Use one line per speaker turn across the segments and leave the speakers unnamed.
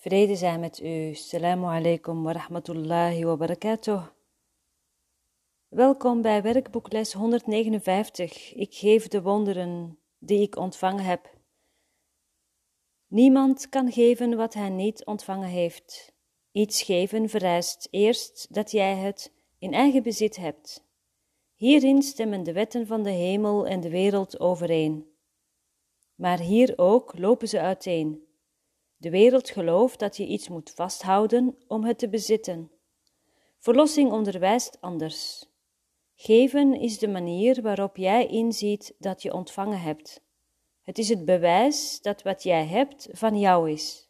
Vrede zij met u. Assalamu alaikum wa rahmatullahi wa barakatuh. Welkom bij werkboekles 159. Ik geef de wonderen die ik ontvangen heb. Niemand kan geven wat hij niet ontvangen heeft. Iets geven vereist eerst dat jij het in eigen bezit hebt. Hierin stemmen de wetten van de hemel en de wereld overeen. Maar hier ook lopen ze uiteen. De wereld gelooft dat je iets moet vasthouden om het te bezitten. Verlossing onderwijst anders. Geven is de manier waarop jij inziet dat je ontvangen hebt. Het is het bewijs dat wat jij hebt van jou is.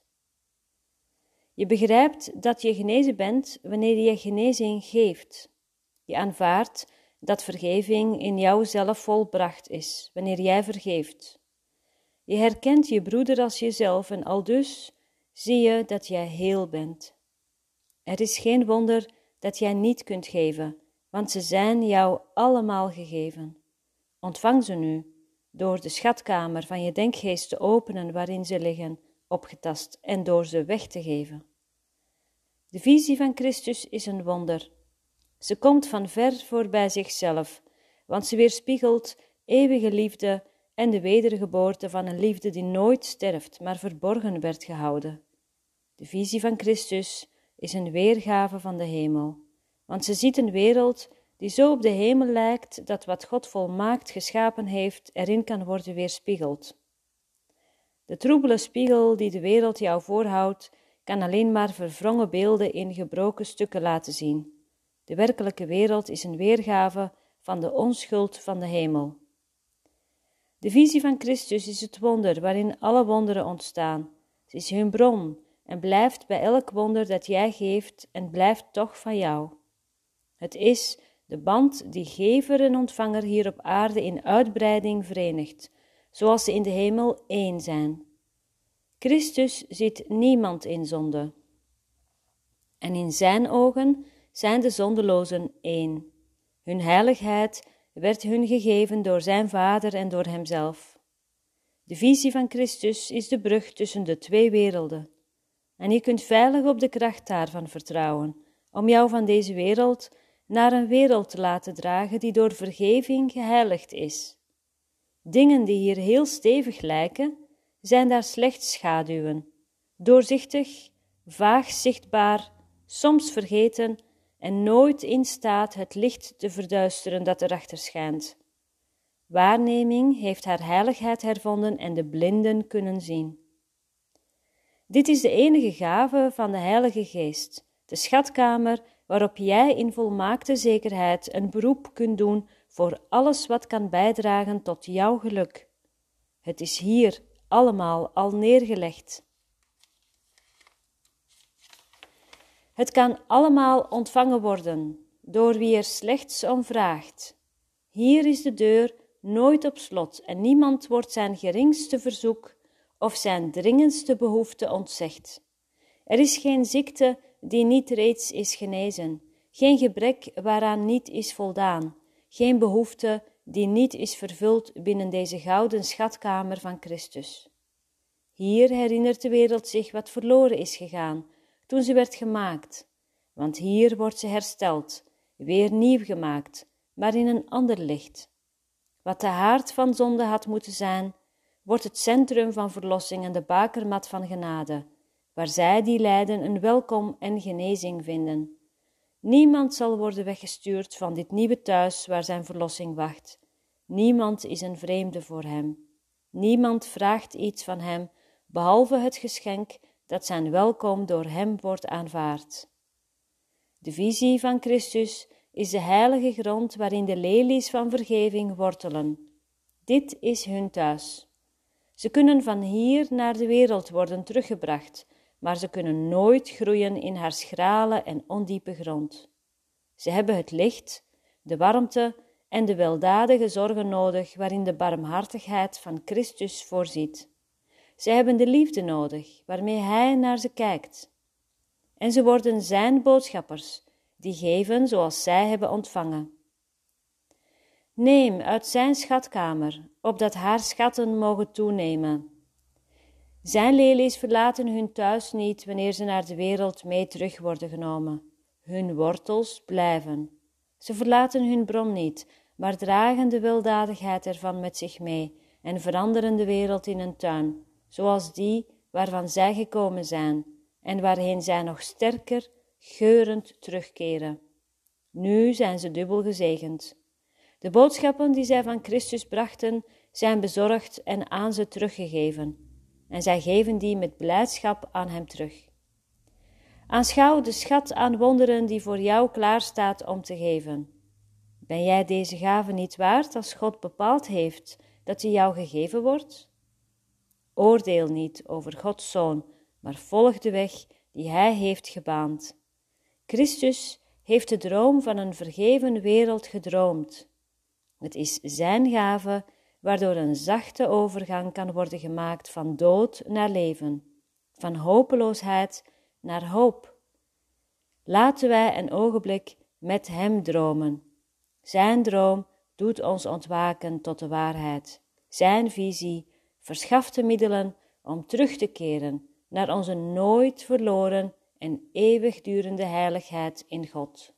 Je begrijpt dat je genezen bent wanneer je genezing geeft. Je aanvaardt dat vergeving in jouzelf volbracht is, wanneer jij vergeeft. Je herkent je broeder als jezelf en aldus zie je dat jij heel bent. Er is geen wonder dat jij niet kunt geven, want ze zijn jou allemaal gegeven. Ontvang ze nu, door de schatkamer van je denkgeest te openen waarin ze liggen, opgetast en door ze weg te geven. De visie van Christus is een wonder. Ze komt van ver voorbij zichzelf, want ze weerspiegelt eeuwige liefde en de wedergeboorte van een liefde die nooit sterft, maar verborgen werd gehouden. De visie van Christus is een weergave van de hemel, want ze ziet een wereld die zo op de hemel lijkt dat wat God volmaakt geschapen heeft erin kan worden weerspiegeld. De troebele spiegel die de wereld jou voorhoudt, kan alleen maar verwrongen beelden in gebroken stukken laten zien. De werkelijke wereld is een weergave van de onschuld van de hemel. De visie van Christus is het wonder waarin alle wonderen ontstaan. Ze is hun bron en blijft bij elk wonder dat jij geeft en blijft toch van jou. Het is de band die gever en ontvanger hier op aarde in uitbreiding verenigt, zoals ze in de hemel één zijn. Christus ziet niemand in zonde. En in zijn ogen zijn de zondelozen één. Hun heiligheid werd hun gegeven door zijn Vader en door hemzelf. De visie van Christus is de brug tussen de twee werelden. En je kunt veilig op de kracht daarvan vertrouwen, om jou van deze wereld naar een wereld te laten dragen die door vergeving geheiligd is. Dingen die hier heel stevig lijken, zijn daar slechts schaduwen, doorzichtig, vaag zichtbaar, soms vergeten en nooit in staat het licht te verduisteren dat erachter schijnt. Waarneming heeft haar heiligheid hervonden en de blinden kunnen zien. Dit is de enige gave van de Heilige Geest, de schatkamer waarop jij in volmaakte zekerheid een beroep kunt doen voor alles wat kan bijdragen tot jouw geluk. Het is hier allemaal al neergelegd. Het kan allemaal ontvangen worden, door wie er slechts om vraagt. Hier is de deur nooit op slot en niemand wordt zijn geringste verzoek of zijn dringendste behoefte ontzegd. Er is geen ziekte die niet reeds is genezen, geen gebrek waaraan niet is voldaan, geen behoefte die niet is vervuld binnen deze gouden schatkamer van Christus. Hier herinnert de wereld zich wat verloren is gegaan toen ze werd gemaakt, want hier wordt ze hersteld, weer nieuw gemaakt, maar in een ander licht. Wat de haard van zonde had moeten zijn, wordt het centrum van verlossing en de bakermat van genade, waar zij die lijden een welkom en genezing vinden. Niemand zal worden weggestuurd van dit nieuwe thuis waar zijn verlossing wacht. Niemand is een vreemde voor hem. Niemand vraagt iets van hem, behalve het geschenk dat zijn welkom door hem wordt aanvaard. De visie van Christus is de heilige grond waarin de lelies van vergeving wortelen. Dit is hun thuis. Ze kunnen van hier naar de wereld worden teruggebracht, maar ze kunnen nooit groeien in haar schrale en ondiepe grond. Ze hebben het licht, de warmte en de weldadige zorgen nodig waarin de barmhartigheid van Christus voorziet. Ze hebben de liefde nodig waarmee Hij naar ze kijkt. En ze worden zijn boodschappers, die geven zoals zij hebben ontvangen. Neem uit zijn schatkamer, opdat haar schatten mogen toenemen. Zijn lelies verlaten hun thuis niet wanneer ze naar de wereld mee terug worden genomen. Hun wortels blijven. Ze verlaten hun bron niet, maar dragen de weldadigheid ervan met zich mee en veranderen de wereld in een tuin, zoals die waarvan zij gekomen zijn en waarheen zij nog sterker, geurend terugkeren. Nu zijn ze dubbel gezegend. De boodschappen die zij van Christus brachten, zijn bezorgd en aan ze teruggegeven. En zij geven die met blijdschap aan hem terug. Aanschouw de schat aan wonderen die voor jou klaarstaat om te geven. Ben jij deze gave niet waard als God bepaald heeft dat die jou gegeven wordt? Oordeel niet over Gods Zoon, maar volg de weg die Hij heeft gebaand. Christus heeft de droom van een vergeven wereld gedroomd. Het is zijn gave waardoor een zachte overgang kan worden gemaakt van dood naar leven, van hopeloosheid naar hoop. Laten wij een ogenblik met hem dromen. Zijn droom doet ons ontwaken tot de waarheid. Zijn visie verschaft de middelen om terug te keren naar onze nooit verloren en eeuwigdurende heiligheid in God.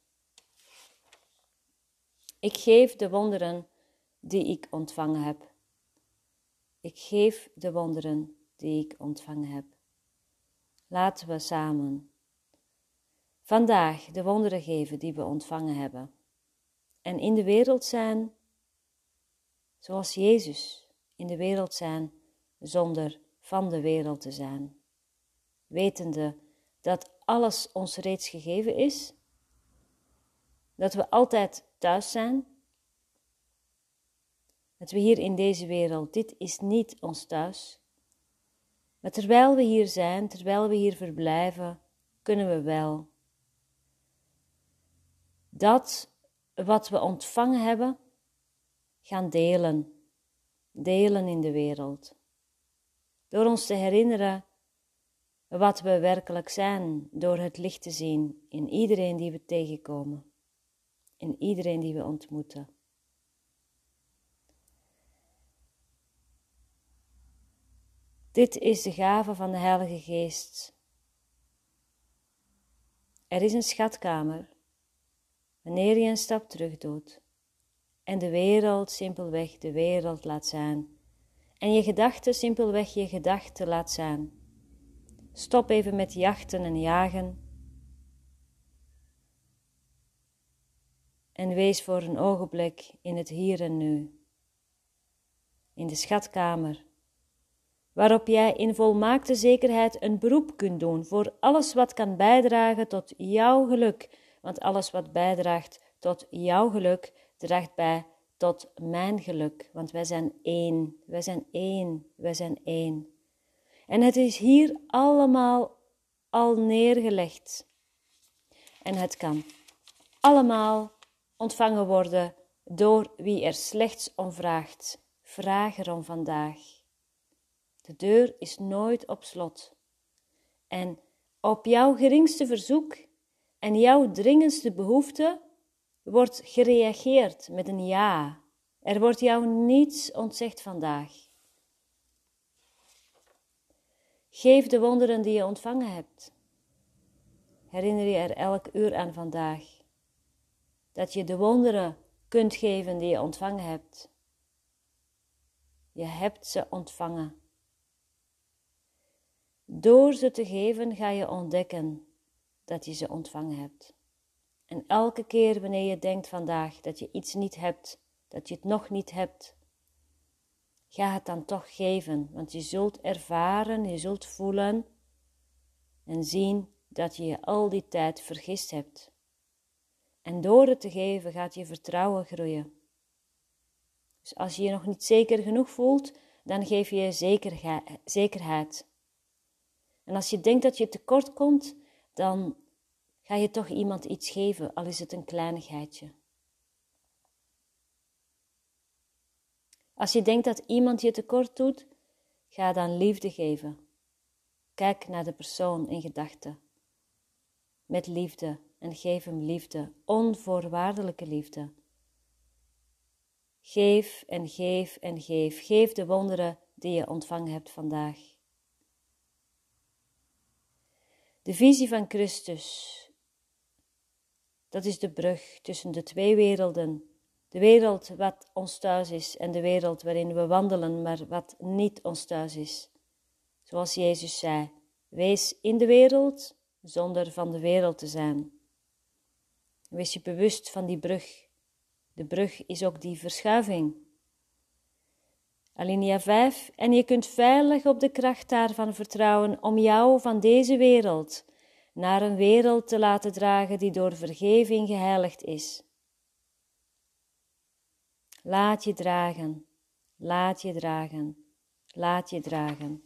Ik geef de wonderen die ik ontvangen heb. Ik geef de wonderen die ik ontvangen heb. Laten we samen vandaag de wonderen geven die we ontvangen hebben. En in de wereld zijn zoals Jezus in de wereld zijn, zonder van de wereld te zijn. Wetende dat alles ons reeds gegeven is, dat we altijd thuis zijn, dat we hier in deze wereld, dit is niet ons thuis. Maar terwijl we hier zijn, terwijl we hier verblijven, kunnen we wel dat wat we ontvangen hebben, gaan delen. Delen in de wereld. Door ons te herinneren wat we werkelijk zijn, door het licht te zien in iedereen die we tegenkomen, in iedereen die we ontmoeten. Dit is de gave van de Heilige Geest. Er is een schatkamer, wanneer je een stap terug doet en de wereld simpelweg de wereld laat zijn en je gedachten simpelweg je gedachten laat zijn. Stop even met jachten en jagen en wees voor een ogenblik in het hier en nu, in de schatkamer, waarop jij in volmaakte zekerheid een beroep kunt doen voor alles wat kan bijdragen tot jouw geluk, want alles wat bijdraagt tot jouw geluk, draagt bij tot mijn geluk, want wij zijn één, wij zijn één, wij zijn één. En het is hier allemaal al neergelegd. En het kan allemaal ontvangen worden door wie er slechts om vraagt. Vraag erom vandaag. De deur is nooit op slot. En op jouw geringste verzoek en jouw dringendste behoefte wordt gereageerd met een ja. Er wordt jou niets ontzegd vandaag. Geef de wonderen die je ontvangen hebt. Herinner je er elk uur aan vandaag. Dat je de wonderen kunt geven die je ontvangen hebt. Je hebt ze ontvangen. Door ze te geven ga je ontdekken dat je ze ontvangen hebt. En elke keer wanneer je denkt vandaag dat je iets niet hebt, dat je het nog niet hebt, ga het dan toch geven, want je zult ervaren, je zult voelen en zien dat je je al die tijd vergist hebt. En door het te geven gaat je vertrouwen groeien. Dus als je je nog niet zeker genoeg voelt, dan geef je zekerheid. En als je denkt dat je tekort komt, dan ga je toch iemand iets geven, al is het een kleinigheidje. Als je denkt dat iemand je tekort doet, ga dan liefde geven. Kijk naar de persoon in gedachten. Met liefde en geef hem liefde, onvoorwaardelijke liefde. Geef en geef en geef. Geef de wonderen die je ontvangen hebt vandaag. De visie van Christus, dat is de brug tussen de twee werelden. De wereld wat ons thuis is en de wereld waarin we wandelen, maar wat niet ons thuis is. Zoals Jezus zei, wees in de wereld zonder van de wereld te zijn. Wees je bewust van die brug. De brug is ook die verschuiving. Alinea 5. En je kunt veilig op de kracht daarvan vertrouwen om jou van deze wereld naar een wereld te laten dragen die door vergeving geheiligd is. Laat je dragen, laat je dragen, laat je dragen.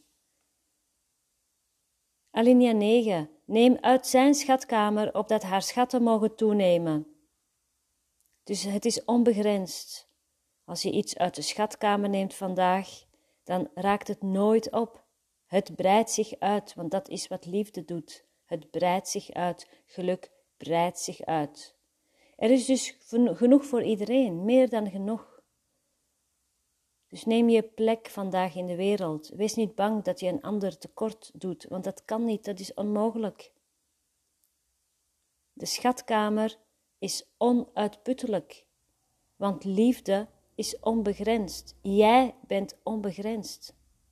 Alinea 9. Neem uit zijn schatkamer opdat haar schatten mogen toenemen. Dus het is onbegrensd. Als je iets uit de schatkamer neemt vandaag, dan raakt het nooit op. Het breidt zich uit, want dat is wat liefde doet. Het breidt zich uit, geluk breidt zich uit. Er is dus genoeg voor iedereen, meer dan genoeg. Dus neem je plek vandaag in de wereld. Wees niet bang dat je een ander tekort doet, want dat kan niet, dat is onmogelijk. De schatkamer is onuitputtelijk, want liefde is onbegrensd. Jij bent onbegrensd.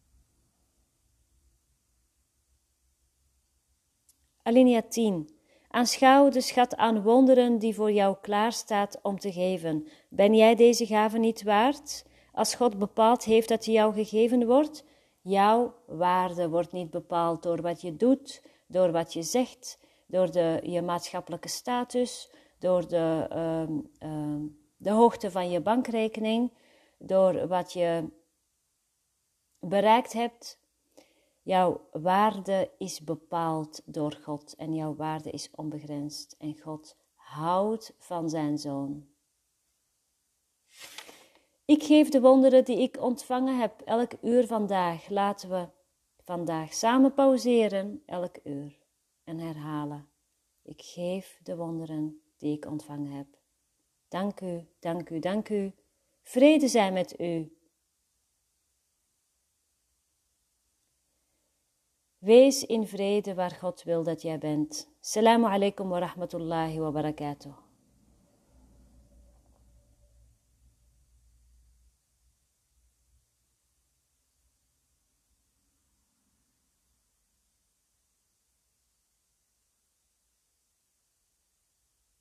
Alinea 10. Aanschouw de schat aan wonderen die voor jou klaarstaat om te geven. Ben jij deze gave niet waard? Als God bepaald heeft dat die jou gegeven wordt, jouw waarde wordt niet bepaald door wat je doet, door wat je zegt, door je maatschappelijke status, door de hoogte van je bankrekening, door wat je bereikt hebt. Jouw waarde is bepaald door God en jouw waarde is onbegrensd. En God houdt van zijn zoon. Ik geef de wonderen die ik ontvangen heb elk uur vandaag. Laten we vandaag samen pauzeren elk uur en herhalen. Ik geef de wonderen die ik ontvangen heb. Dank u, dank u, dank u. Vrede zij met u. Wees in vrede waar God wil dat jij bent. Assalamu alaikum wa rahmatullahi wa barakatuh.